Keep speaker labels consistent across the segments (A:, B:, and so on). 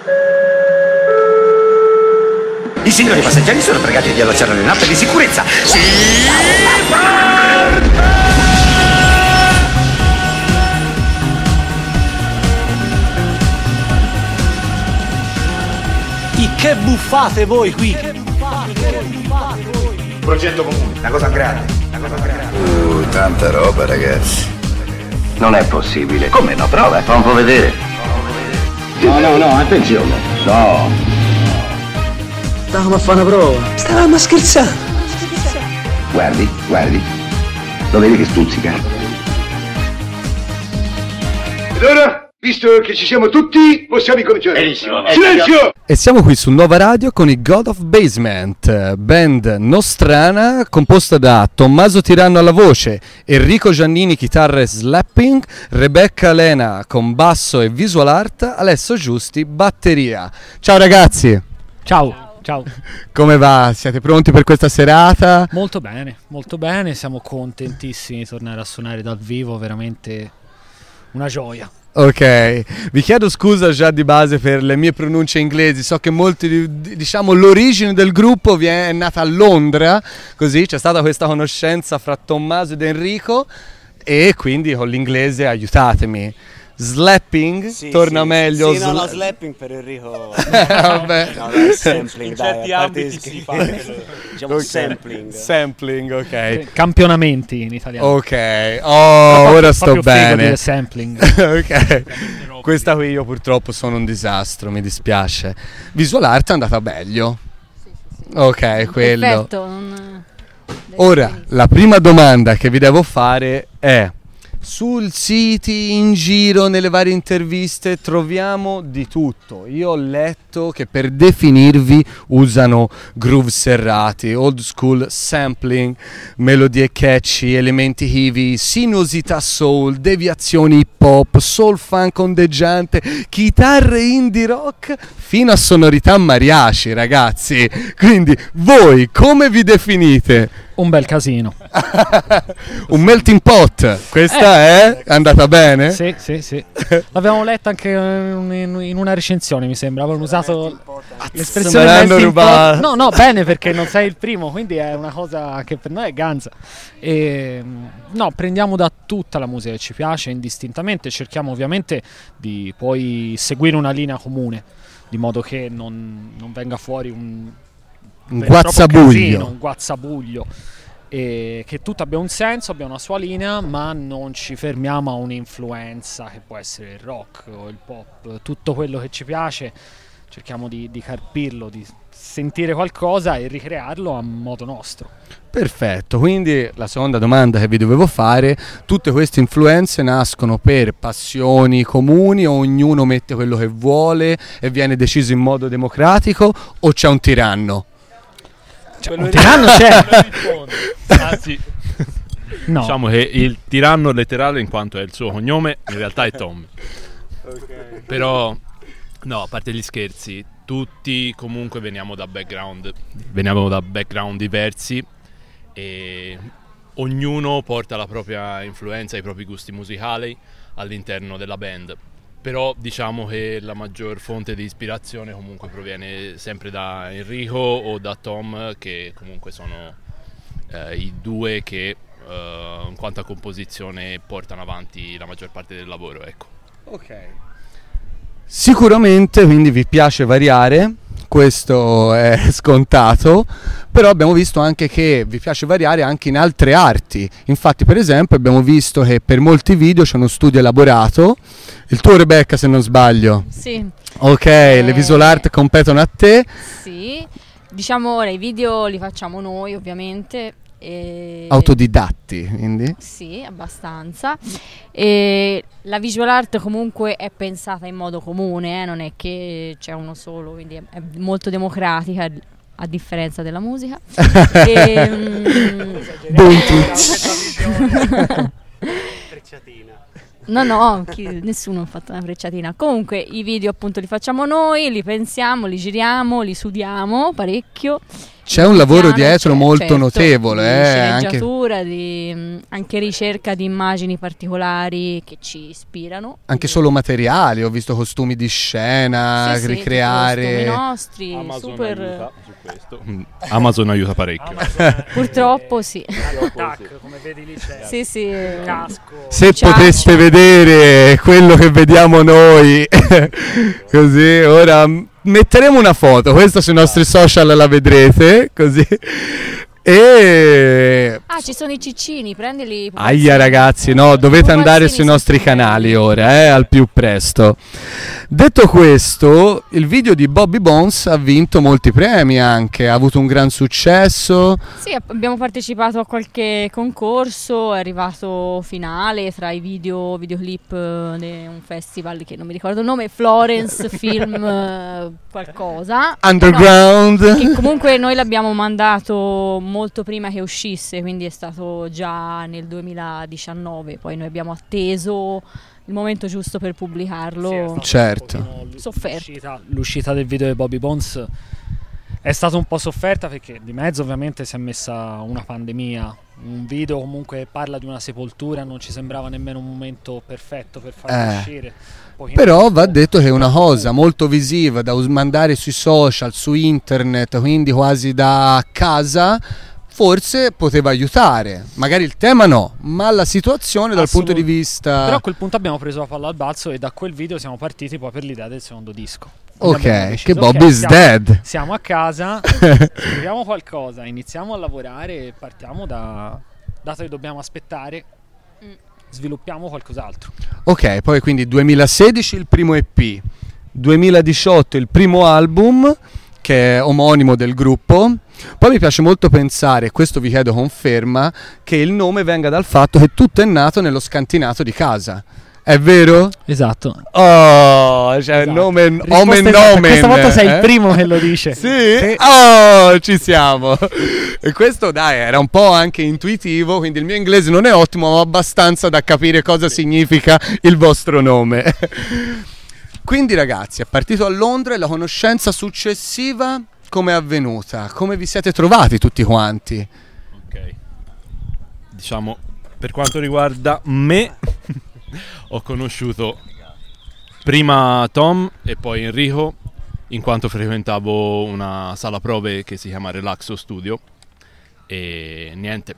A: I signori passeggeri sono pregati di allacciare le nappe di sicurezza. Sì!
B: Che buffate voi qui?
A: Progetto comune, una cosa grande.
C: Tanta roba, ragazzi.
D: Non è possibile. Come no? Prova, fa un po' vedere.
C: No, attenzione. No.
B: Stavamo a fare una prova. Stavamo a scherzare.
D: Guardi. Lo vedi che stuzzica?
C: Ed ora, visto che ci siamo tutti, possiamo incominciare.
A: Benissimo.
C: Silenzio!
E: E siamo qui su Nuova Radio con i God of Basement, band nostrana composta da Tommaso Tiranno alla voce, Enrico Giannini chitarra e slapping, Rebecca Lena con basso e visual art, Alessio Giusti batteria. Ciao ragazzi!
B: Ciao.
E: Come va? Siete pronti per questa serata?
B: Molto bene, siamo contentissimi di tornare a suonare dal vivo, veramente una gioia.
E: Ok, vi chiedo scusa già di base per le mie pronunce inglesi, so che molti, diciamo, l'origine del gruppo è nata a Londra, così c'è stata questa conoscenza fra Tommaso ed Enrico e quindi con l'inglese aiutatemi. Slapping torna meglio.
F: Sì, no, slapping per Enrico.
E: Vabbè.
F: No, è sampling,
G: in certi ambiti si fa
F: diciamo
E: okay.
F: sampling,
E: ok.
B: Campionamenti in italiano.
E: Ok, ora sto bene.
B: Sampling.
E: Ok. Questa qui io purtroppo sono un disastro, mi dispiace. Visual art è andata meglio.
H: Sì.
E: Ok, quello.
H: Perfetto.
E: Ora, la prima domanda che vi devo fare è: sul siti, in giro, nelle varie interviste troviamo di tutto. Io ho letto che per definirvi usano groove serrati, old school sampling, melodie catchy, elementi heavy, sinuosità soul, deviazioni hip hop, soul funk ondeggiante, chitarre indie rock, fino a sonorità mariachi, ragazzi. Quindi voi come vi definite?
B: Un bel casino.
E: Un melting pot. Questa è andata bene?
B: Sì. L'abbiamo letta anche in una recensione, mi sembra. Avevano usato l'espressione melting pot. No, bene, perché non sei il primo, quindi è una cosa che per noi è ganza. No, prendiamo da tutta la musica che ci piace indistintamente, cerchiamo ovviamente di poi seguire una linea comune, di modo che non venga fuori un guazzabuglio, e che tutto abbia un senso, abbia una sua linea, ma non ci fermiamo a un'influenza che può essere il rock o il pop. Tutto quello che ci piace cerchiamo di carpirlo, di sentire qualcosa e ricrearlo a modo nostro.
E: Perfetto, quindi la seconda domanda che vi dovevo fare: tutte queste influenze nascono per passioni comuni, o ognuno mette quello che vuole e viene deciso in modo democratico, o c'è un tiranno?
B: Un tiranno c'è.
G: Anzi,
B: no.
G: Diciamo che il tiranno letterale, in quanto è il suo cognome, in realtà è Tom.
F: Okay.
G: Però, no, a parte gli scherzi, tutti comunque veniamo da background diversi e ognuno porta la propria influenza, i propri gusti musicali all'interno della band. Però diciamo che la maggior fonte di ispirazione comunque proviene sempre da Enrico o da Tom, che comunque sono i due che in quanto a composizione portano avanti la maggior parte del lavoro, ecco.
E: Ok. Sicuramente quindi vi piace variare, questo è scontato, però abbiamo visto anche che vi piace variare anche in altre arti. Infatti, per esempio, abbiamo visto che per molti video c'è uno studio elaborato. Il tuo, Rebecca, se non sbaglio.
H: Sì.
E: Ok, le visual art competono a te.
H: Sì, diciamo ora i video li facciamo noi, ovviamente.
E: Autodidatti, quindi?
H: Sì, abbastanza. E la visual art comunque è pensata in modo comune, non è che c'è uno solo, quindi è molto democratica, a differenza della musica. No, nessuno ha fatto una frecciatina. Comunque i video appunto li facciamo noi, li pensiamo, li giriamo, li sudiamo parecchio
E: c'è un lavoro
H: piano,
E: dietro molto
H: certo,
E: notevole,
H: di
E: anche
H: sceneggiatura, di anche ricerca di immagini particolari che ci ispirano.
E: solo materiali, ho visto costumi di scena,
H: Sì,
E: ricreare.
H: i nostri,
G: Amazon
H: super.
G: aiuta su questo. Amazon aiuta parecchio.
H: Purtroppo sì.
B: Tac, come vedi lì c'è
H: Sì, sì.
B: casco.
E: Se
H: Ciao.
E: poteste vedere quello che vediamo noi, così ora metteremo una foto, questa sui nostri social la vedrete, così. E
H: Ci sono i ciccini, prendili.
E: aia ragazzi, no, dovete andare sui nostri canali ora, al più presto. Detto questo, il video di Bobby Bones ha vinto molti premi anche, ha avuto un gran successo.
H: Sì, abbiamo partecipato a qualche concorso, è arrivato finale tra i videoclip di un festival che non mi ricordo il nome, Florence Film qualcosa.
E: Underground.
H: No, che comunque noi l'abbiamo mandato molto prima che uscisse, quindi è stato già nel 2019, poi noi abbiamo atteso il momento giusto per pubblicarlo.
E: Certo.
B: L'uscita del video di Bobby Bones è stata un po' sofferta perché di mezzo ovviamente si è messa una pandemia. Un video comunque parla di una sepoltura, non ci sembrava nemmeno un momento perfetto per farlo uscire.
E: Però va detto che è una cosa molto visiva da mandare sui social, su internet, quindi quasi da casa, forse poteva aiutare. Magari il tema no, ma la situazione dal punto di vista...
B: Però a quel punto abbiamo preso la palla al balzo e da quel video siamo partiti poi per l'idea del secondo disco.
E: Ok, che Bobby is dead.
B: Siamo a casa, scriviamo qualcosa, iniziamo a lavorare e partiamo dato che dobbiamo aspettare, sviluppiamo qualcos'altro.
E: Ok, poi quindi 2016 il primo EP, 2018 il primo album che è omonimo del gruppo. Poi mi piace molto pensare, questo vi chiedo conferma, che il nome venga dal fatto che tutto è nato nello scantinato di casa. È vero?
B: Esatto.
E: Oh, cioè il nome omen nomen.
B: Questa volta sei il primo che lo dice.
E: Sì? Oh, ci siamo. E questo dai, era un po' anche intuitivo, quindi il mio inglese non è ottimo, ma abbastanza da capire cosa significa il vostro nome. Quindi ragazzi, è partito a Londra e la conoscenza successiva come è avvenuta? Come vi siete trovati tutti quanti?
G: Ok. Diciamo, per quanto riguarda me, ho conosciuto prima Tom e poi Enrico, in quanto frequentavo una sala prove che si chiama Relaxo Studio e niente,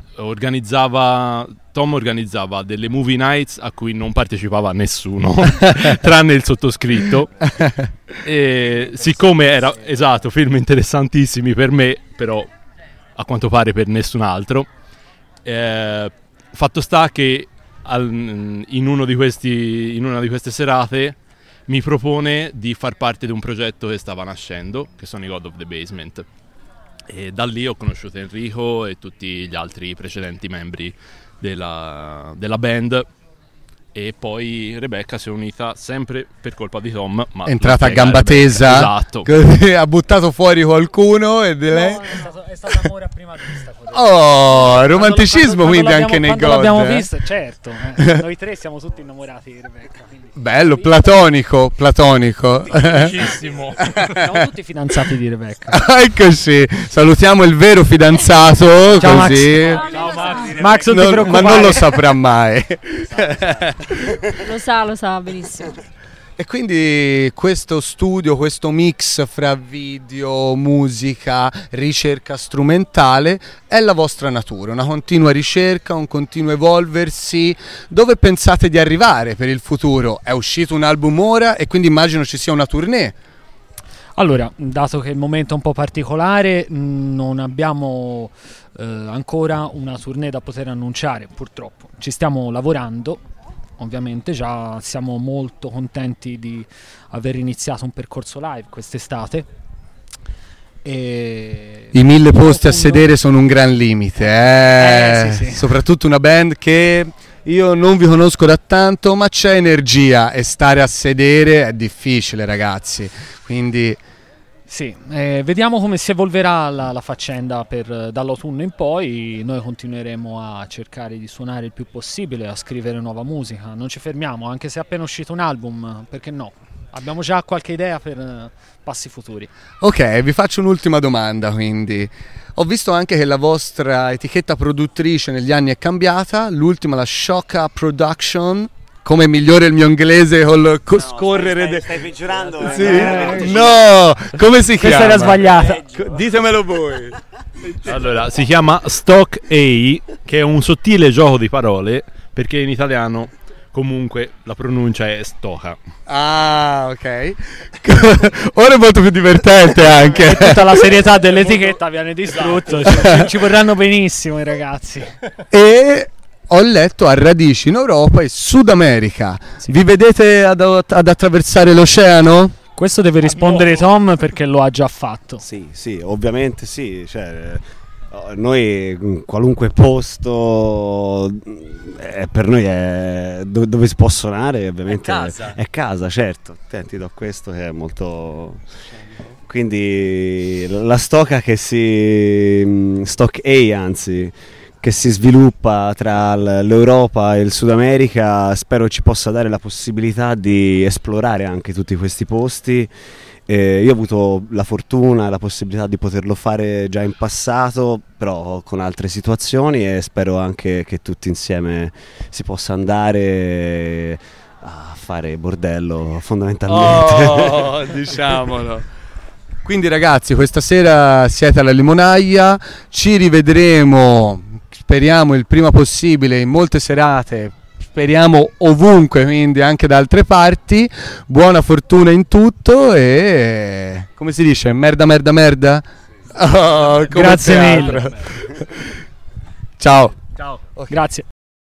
G: Tom organizzava delle movie nights a cui non partecipava nessuno tranne il sottoscritto e siccome era film interessantissimi per me, però a quanto pare per nessun altro, fatto sta che in una di queste serate mi propone di far parte di un progetto che stava nascendo, che sono i God of the Basement. E da lì ho conosciuto Enrico e tutti gli altri precedenti membri della band, e poi Rebecca si è unita sempre per colpa di Tom, ma
E: è entrata a gamba tesa,
G: esatto,
E: così, ha buttato fuori qualcuno e lei...
B: No, è stato amore a prima vista.
E: Oh, romanticismo quindi anche nei God.
B: L'abbiamo visto, certo, noi tre siamo tutti innamorati di Rebecca, quindi...
E: Bello, platonico.
G: Felicissimo.
B: Siamo tutti fidanzati di Rebecca.
E: Eccoci, salutiamo il vero fidanzato.
B: Ciao,
E: così.
B: Max. Ciao Max, non ti preoccupare.
E: Ma non lo saprà mai.
H: Lo sa benissimo.
E: E quindi questo studio, questo mix fra video, musica, ricerca strumentale è la vostra natura, una continua ricerca, un continuo evolversi. Dove pensate di arrivare per il futuro? È uscito un album ora e quindi immagino ci sia una tournée.
B: Allora, dato che il momento è un po' particolare, non abbiamo ancora una tournée da poter annunciare, purtroppo. Ci stiamo lavorando. Ovviamente già siamo molto contenti di aver iniziato un percorso live quest'estate. E
E: i 1000 posti a sedere sono un gran limite,
B: sì.
E: Soprattutto una band che io non vi conosco da tanto, ma c'è energia e stare a sedere è difficile, ragazzi. Quindi
B: sì, vediamo come si evolverà la faccenda dall'autunno in poi. Noi continueremo a cercare di suonare il più possibile, a scrivere nuova musica. Non ci fermiamo, anche se è appena uscito un album, perché no? Abbiamo già qualche idea per passi futuri.
E: Ok, vi faccio un'ultima domanda quindi. Ho visto anche che la vostra etichetta produttrice negli anni è cambiata, l'ultima, la Shocka Production. Come migliore il mio inglese col scorrere
F: stai peggiorando.
E: Sì. No, come si chiama?
B: Questa era sbagliata.
E: Ditemelo voi.
G: Allora, si chiama Stock A, che è un sottile gioco di parole, perché in italiano comunque la pronuncia è Stoca.
E: Ah, ok. Ora è molto più divertente anche.
B: Tutta la serietà dell'etichetta viene distrutto. Ci vorranno benissimo i ragazzi.
E: E ho letto ha radici in Europa e Sud America. Vi vedete ad attraversare l'oceano?
B: Questo deve rispondere Tom perché lo ha già fatto.
F: Sì, ovviamente sì. Cioè, noi qualunque posto per noi è dove si può suonare, ovviamente è casa, certo. Ti do questo che è molto. Quindi la Stock A che si sviluppa tra l'Europa e il Sud America, spero ci possa dare la possibilità di esplorare anche tutti questi posti. Io ho avuto la fortuna e la possibilità di poterlo fare già in passato, però con altre situazioni, e spero anche che tutti insieme si possa andare a fare bordello fondamentalmente.
E: Diciamolo. Quindi ragazzi, questa sera siete alla Limonaia, ci rivedremo, speriamo il prima possibile, in molte serate, speriamo ovunque, quindi anche da altre parti. Buona fortuna in tutto e come si dice? Merda. Oh,
B: Grazie mille.
E: Ciao.
B: Ciao. Okay. Grazie.